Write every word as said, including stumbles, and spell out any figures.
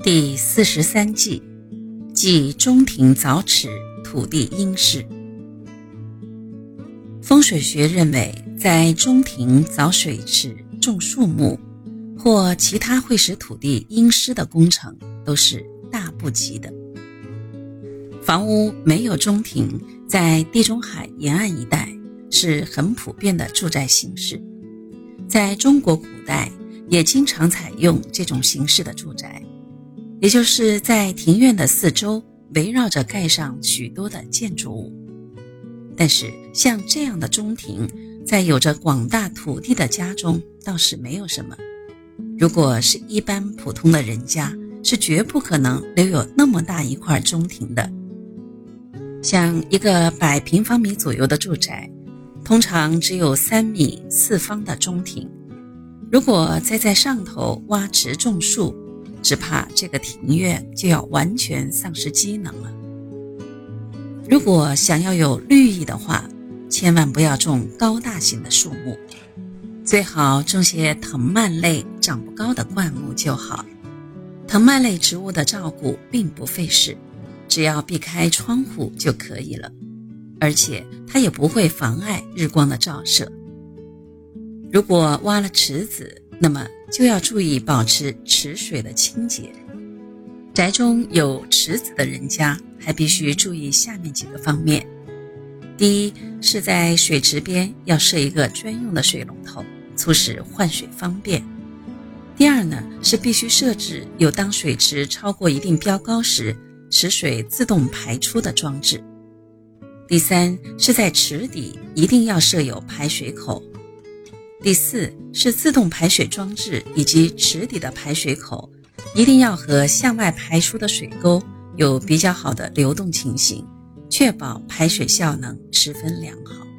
第四十三计，即中庭凿池，土地阴湿。风水学认为，在中庭凿水池、种树木或其他会使土地阴湿的工程都是大不吉的。房屋没有中庭，在地中海沿岸一带是很普遍的住宅形式，在中国古代也经常采用这种形式的住宅，也就是在庭院的四周围绕着盖上许多的建筑物。但是像这样的中庭，在有着广大土地的家中倒是没有什么。如果是一般普通的人家，是绝不可能留有那么大一块中庭的。像一个百平方米左右的住宅，通常只有三米四方的中庭，如果再在上头挖植种树，只怕这个庭院就要完全丧失机能了。如果想要有绿意的话，千万不要种高大型的树木，最好种些藤蔓类长不高的灌木就好。藤蔓类植物的照顾并不费事，只要避开窗户就可以了，而且它也不会妨碍日光的照射。如果挖了池子，那么就要注意保持池水的清洁。宅中有池子的人家还必须注意下面几个方面。第一，是在水池边要设一个专用的水龙头，促使换水方便。第二呢，是必须设置有当水池超过一定标高时，池水自动排出的装置。第三，是在池底一定要设有排水口。第四，是自动排水装置以及池底的排水口一定要和向外排出的水沟有比较好的流动情形，确保排水效能十分良好。